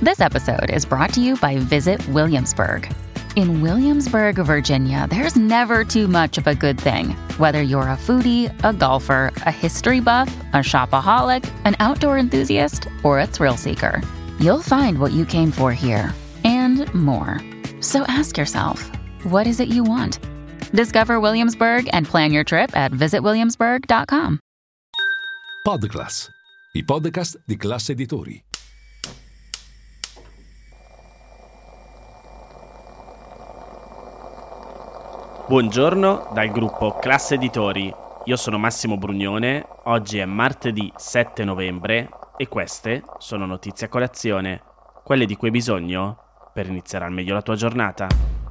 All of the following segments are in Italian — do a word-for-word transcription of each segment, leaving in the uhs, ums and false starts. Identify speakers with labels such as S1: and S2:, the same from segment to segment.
S1: This episode is brought to you by Visit Williamsburg. In Williamsburg, Virginia, there's never too much of a good thing. Whether you're a foodie, a golfer, a history buff, a shopaholic, an outdoor enthusiast, or a thrill seeker, you'll find what you came for here and more. So ask yourself, what is it you want? Discover Williamsburg and plan your trip at visit williamsburg dot com.
S2: Podclass, i podcast di Classe Editori.
S3: Buongiorno dal gruppo Classe Editori, io sono Massimo Brugnone, oggi è martedì sette novembre e queste sono notizie a colazione, quelle di cui hai bisogno per iniziare al meglio la tua giornata.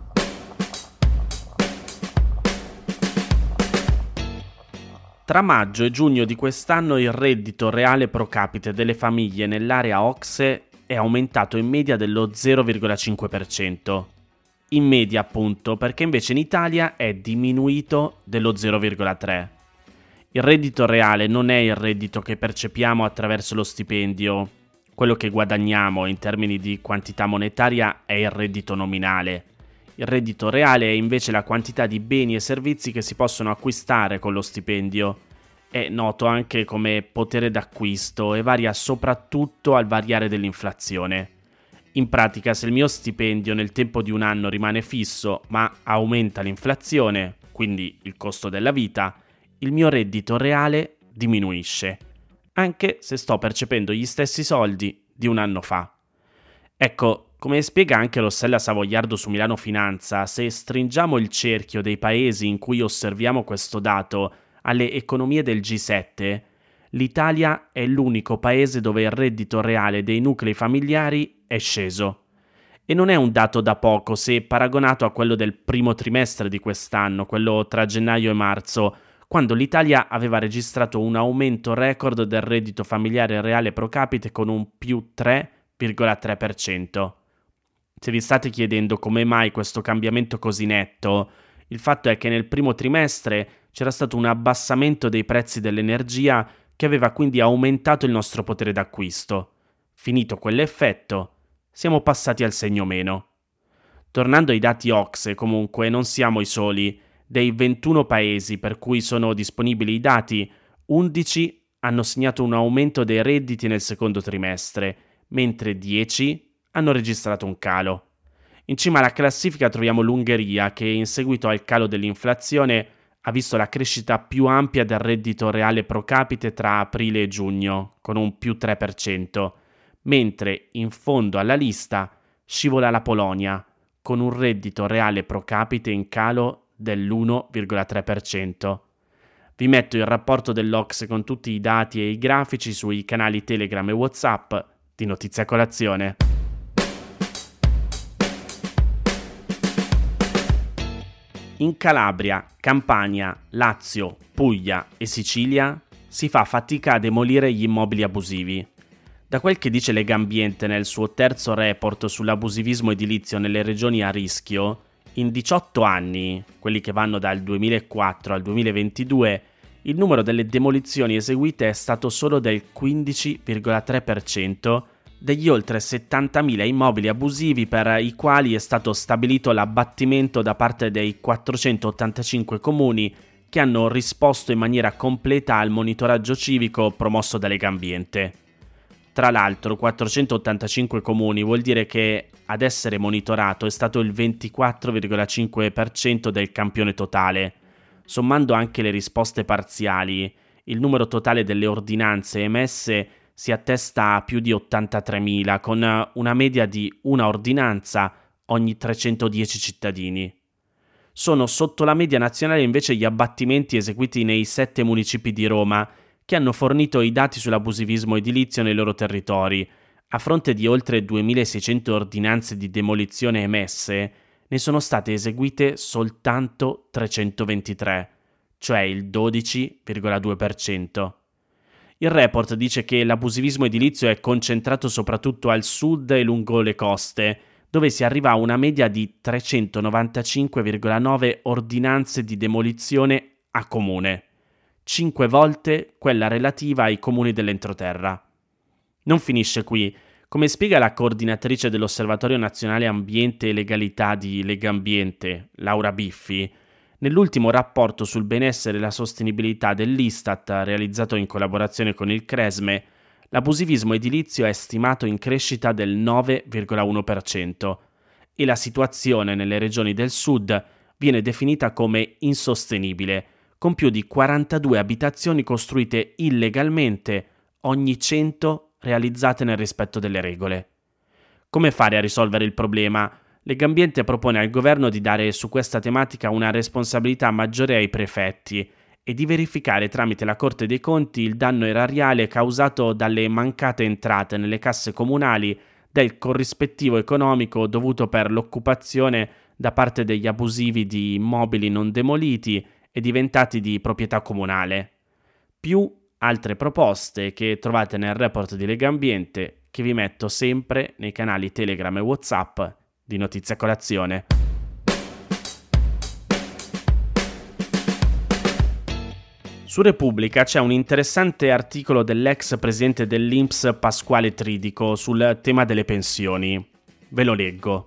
S3: Tra maggio e giugno di quest'anno il reddito reale pro capite delle famiglie nell'area O C S E è aumentato in media dello zero virgola cinque per cento. In media appunto, perché invece in Italia è diminuito dello zero virgola tre per cento. Il reddito reale non è il reddito che percepiamo attraverso lo stipendio. Quello che guadagniamo in termini di quantità monetaria è il reddito nominale. Il reddito reale è invece la quantità di beni e servizi che si possono acquistare con lo stipendio. È noto anche come potere d'acquisto e varia soprattutto al variare dell'inflazione. In pratica, se il mio stipendio nel tempo di un anno rimane fisso ma aumenta l'inflazione, quindi il costo della vita, il mio reddito reale diminuisce, anche se sto percependo gli stessi soldi di un anno fa. Ecco, come spiega anche Rossella Savoiardo su Milano Finanza, se stringiamo il cerchio dei paesi in cui osserviamo questo dato alle economie del G sette, l'Italia è l'unico paese dove il reddito reale dei nuclei familiari è sceso. E non è un dato da poco se paragonato a quello del primo trimestre di quest'anno, quello tra gennaio e marzo, quando l'Italia aveva registrato un aumento record del reddito familiare reale pro capite con un più tre virgola tre per cento. Se vi state chiedendo come mai questo cambiamento così netto, il fatto è che nel primo trimestre c'era stato un abbassamento dei prezzi dell'energia che aveva quindi aumentato il nostro potere d'acquisto. Finito quell'effetto, siamo passati al segno meno. Tornando ai dati O C S E, comunque, non siamo i soli. Dei ventuno paesi per cui sono disponibili i dati, undici hanno segnato un aumento dei redditi nel secondo trimestre, mentre dieci hanno registrato un calo. In cima alla classifica troviamo l'Ungheria, che in seguito al calo dell'inflazione ha visto la crescita più ampia del reddito reale pro capite tra aprile e giugno, con un più tre per cento, mentre in fondo alla lista scivola la Polonia, con un reddito reale pro capite in calo dell'uno virgola tre per cento. Vi metto il rapporto dell'O C S E con tutti i dati e i grafici sui canali Telegram e WhatsApp di Notizie a Colazione. In Calabria, Campania, Lazio, Puglia e Sicilia si fa fatica a demolire gli immobili abusivi. Da quel che dice Legambiente nel suo terzo report sull'abusivismo edilizio nelle regioni a rischio, in diciotto anni, quelli che vanno dal duemilaquattro al duemilaventidue, il numero delle demolizioni eseguite è stato solo del quindici virgola tre per cento degli oltre settantamila immobili abusivi per i quali è stato stabilito l'abbattimento da parte dei quattrocentottantacinque comuni che hanno risposto in maniera completa al monitoraggio civico promosso da Legambiente. Tra l'altro, quattrocentottantacinque comuni vuol dire che ad essere monitorato è stato il ventiquattro virgola cinque per cento del campione totale. Sommando anche le risposte parziali, il numero totale delle ordinanze emesse si attesta a più di ottantatremila, con una media di una ordinanza ogni trecentodieci cittadini. Sono sotto la media nazionale invece gli abbattimenti eseguiti nei sette municipi di Roma, che hanno fornito i dati sull'abusivismo edilizio nei loro territori. A fronte di oltre duemilaseicento ordinanze di demolizione emesse, ne sono state eseguite soltanto trecentoventitré, cioè il dodici virgola due per cento. Il report dice che l'abusivismo edilizio è concentrato soprattutto al sud e lungo le coste, dove si arriva a una media di trecentonovantacinque virgola nove ordinanze di demolizione a comune, cinque volte quella relativa ai comuni dell'entroterra. Non finisce qui. Come spiega la coordinatrice dell'Osservatorio Nazionale Ambiente e Legalità di Legambiente, Laura Biffi, nell'ultimo rapporto sul benessere e la sostenibilità dell'Istat, realizzato in collaborazione con il Cresme, l'abusivismo edilizio è stimato in crescita del nove virgola uno per cento e la situazione nelle regioni del sud viene definita come insostenibile, con più di quarantadue abitazioni costruite illegalmente ogni cento realizzate nel rispetto delle regole. Come fare a risolvere il problema? Legambiente propone al governo di dare su questa tematica una responsabilità maggiore ai prefetti e di verificare tramite la Corte dei Conti il danno erariale causato dalle mancate entrate nelle casse comunali del corrispettivo economico dovuto per l'occupazione da parte degli abusivi di immobili non demoliti e diventati di proprietà comunale. Più altre proposte che trovate nel report di Legambiente, che vi metto sempre nei canali Telegram e WhatsApp di Notizia Colazione. Su Repubblica c'è un interessante articolo dell'ex presidente dell'I N P S Pasquale Tridico sul tema delle pensioni. Ve lo leggo.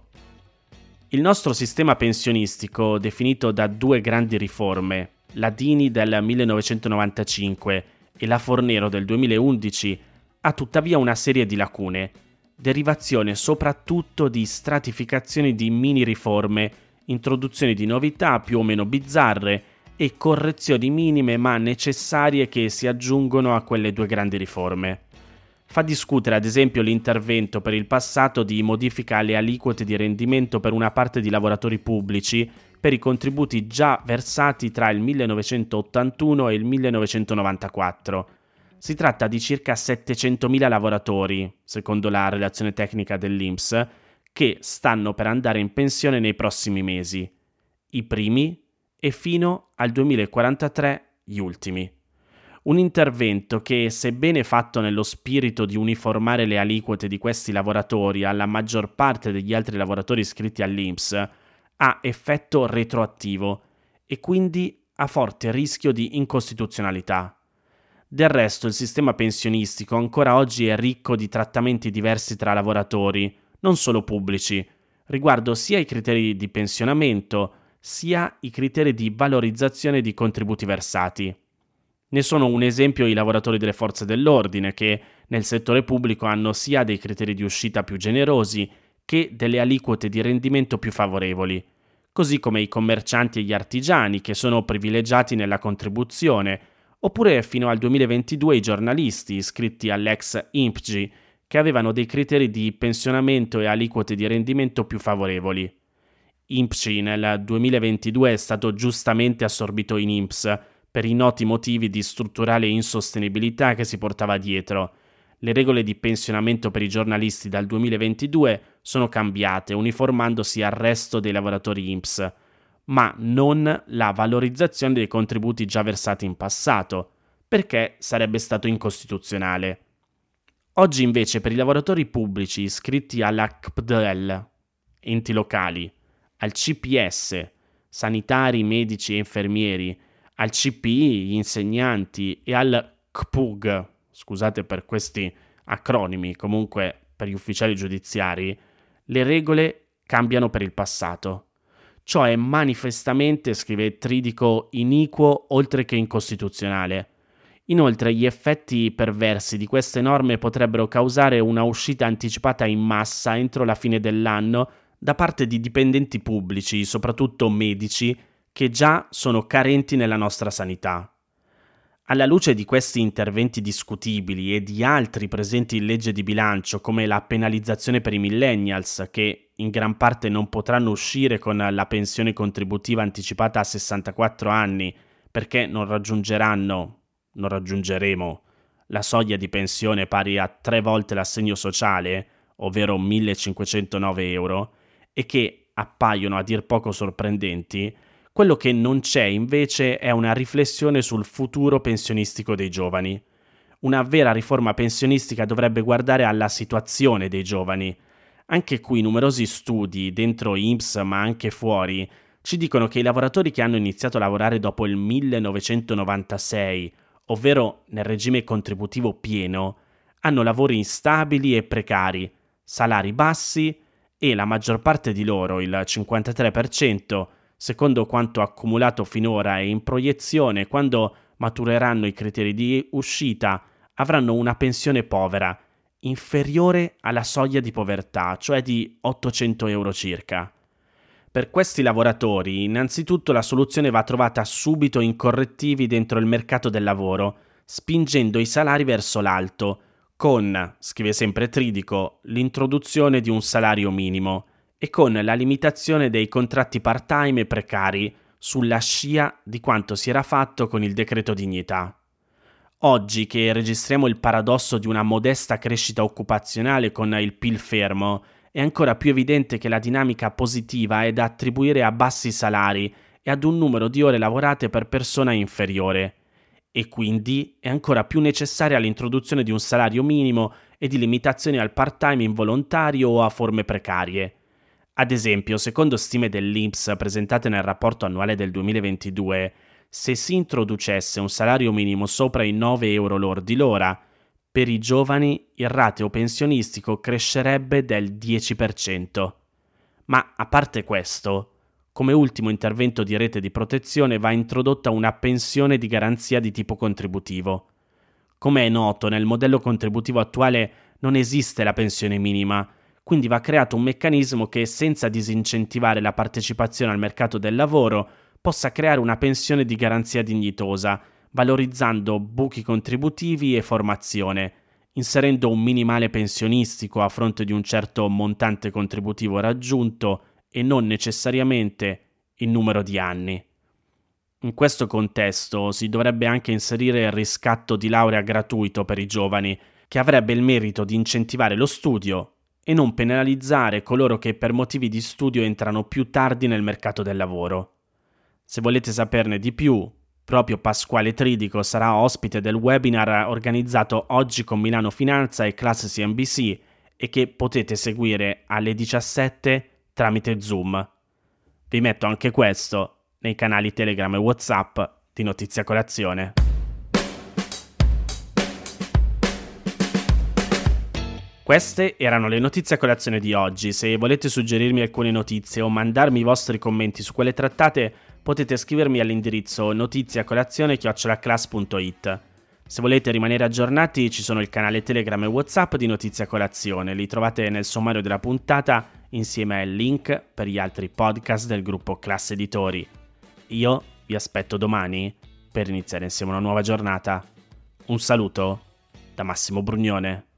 S3: Il nostro sistema pensionistico, definito da due grandi riforme, la Dini del millenovecentonovantacinque e la Fornero del duemilaundici, ha tuttavia una serie di lacune, derivazione soprattutto di stratificazioni di mini riforme, introduzioni di novità più o meno bizzarre e correzioni minime ma necessarie che si aggiungono a quelle due grandi riforme. Fa discutere ad esempio l'intervento per il passato di modifica alle aliquote di rendimento per una parte di lavoratori pubblici per i contributi già versati tra il millenovecentottantuno e il millenovecentonovantaquattro. Si tratta di circa settecentomila lavoratori, secondo la relazione tecnica dell'I N P S, che stanno per andare in pensione nei prossimi mesi, i primi e fino al duemilaquarantatré gli ultimi. Un intervento che, sebbene fatto nello spirito di uniformare le aliquote di questi lavoratori alla maggior parte degli altri lavoratori iscritti all'I N P S, ha effetto retroattivo e quindi ha forte rischio di incostituzionalità. Del resto il sistema pensionistico ancora oggi è ricco di trattamenti diversi tra lavoratori, non solo pubblici, riguardo sia i criteri di pensionamento, sia i criteri di valorizzazione di contributi versati. Ne sono un esempio i lavoratori delle forze dell'ordine che nel settore pubblico hanno sia dei criteri di uscita più generosi che delle aliquote di rendimento più favorevoli, così come i commercianti e gli artigiani che sono privilegiati nella contribuzione, oppure fino al duemilaventidue i giornalisti iscritti all'ex I N P G che avevano dei criteri di pensionamento e aliquote di rendimento più favorevoli. I N P G nel duemilaventidue è stato giustamente assorbito in I N P S per i noti motivi di strutturale insostenibilità che si portava dietro. Le regole di pensionamento per i giornalisti dal duemilaventidue sono cambiate, uniformandosi al resto dei lavoratori I N P S, ma non la valorizzazione dei contributi già versati in passato, perché sarebbe stato incostituzionale. Oggi invece per i lavoratori pubblici iscritti alla C P D E L, enti locali, al C P S, sanitari, medici e infermieri, al C P I, gli insegnanti e al C P U G, scusate per questi acronimi, comunque per gli ufficiali giudiziari, le regole cambiano per il passato. Ciò è manifestamente, scrive Tridico, iniquo oltre che incostituzionale. Inoltre gli effetti perversi di queste norme potrebbero causare una uscita anticipata in massa entro la fine dell'anno da parte di dipendenti pubblici, soprattutto medici, che già sono carenti nella nostra sanità. Alla luce di questi interventi discutibili e di altri presenti in legge di bilancio, come la penalizzazione per i millennials, che in gran parte non potranno uscire con la pensione contributiva anticipata a sessantaquattro anni perché non raggiungeranno, non raggiungeremo, la soglia di pensione pari a tre volte l'assegno sociale, ovvero millecinquecentonove euro, e che appaiono a dir poco sorprendenti, quello che non c'è invece è una riflessione sul futuro pensionistico dei giovani. Una vera riforma pensionistica dovrebbe guardare alla situazione dei giovani. Anche qui numerosi studi, dentro I N P S ma anche fuori, ci dicono che i lavoratori che hanno iniziato a lavorare dopo il millenovecentonovantasei, ovvero nel regime contributivo pieno, hanno lavori instabili e precari, salari bassi e la maggior parte di loro, il cinquantatré per cento, secondo quanto accumulato finora e in proiezione, quando matureranno i criteri di uscita, avranno una pensione povera, inferiore alla soglia di povertà, cioè di ottocento euro circa. Per questi lavoratori, innanzitutto la soluzione va trovata subito in correttivi dentro il mercato del lavoro, spingendo i salari verso l'alto, con, scrive sempre Tridico, l'introduzione di un salario minimo e con la limitazione dei contratti part-time e precari sulla scia di quanto si era fatto con il decreto dignità. Oggi che registriamo il paradosso di una modesta crescita occupazionale con il P I L fermo, è ancora più evidente che la dinamica positiva è da attribuire a bassi salari e ad un numero di ore lavorate per persona inferiore. E quindi è ancora più necessaria l'introduzione di un salario minimo e di limitazioni al part-time involontario o a forme precarie. Ad esempio, secondo stime dell'I N P S presentate nel rapporto annuale del duemilaventidue, se si introducesse un salario minimo sopra i nove euro lordi l'ora, per i giovani il rateo pensionistico crescerebbe del dieci per cento. Ma a parte questo, come ultimo intervento di rete di protezione va introdotta una pensione di garanzia di tipo contributivo. Come è noto, nel modello contributivo attuale non esiste la pensione minima, quindi va creato un meccanismo che, senza disincentivare la partecipazione al mercato del lavoro, possa creare una pensione di garanzia dignitosa, valorizzando buchi contributivi e formazione, inserendo un minimale pensionistico a fronte di un certo montante contributivo raggiunto e non necessariamente il numero di anni. In questo contesto si dovrebbe anche inserire il riscatto di laurea gratuito per i giovani, che avrebbe il merito di incentivare lo studio e non penalizzare coloro che per motivi di studio entrano più tardi nel mercato del lavoro. Se volete saperne di più, proprio Pasquale Tridico sarà ospite del webinar organizzato oggi con Milano Finanza e Class C N B C e che potete seguire alle diciassette tramite Zoom. Vi metto anche questo nei canali Telegram e WhatsApp di Notizia Colazione. Queste erano le notizie a colazione di oggi. Se volete suggerirmi alcune notizie o mandarmi i vostri commenti su quelle trattate, potete scrivermi all'indirizzo notiziacolazione chiocciola class punto it. Se volete rimanere aggiornati, ci sono il canale Telegram e WhatsApp di Notizia Colazione. Li trovate nel sommario della puntata insieme al link per gli altri podcast del gruppo Class Editori. Io vi aspetto domani per iniziare insieme una nuova giornata. Un saluto da Massimo Brugnone.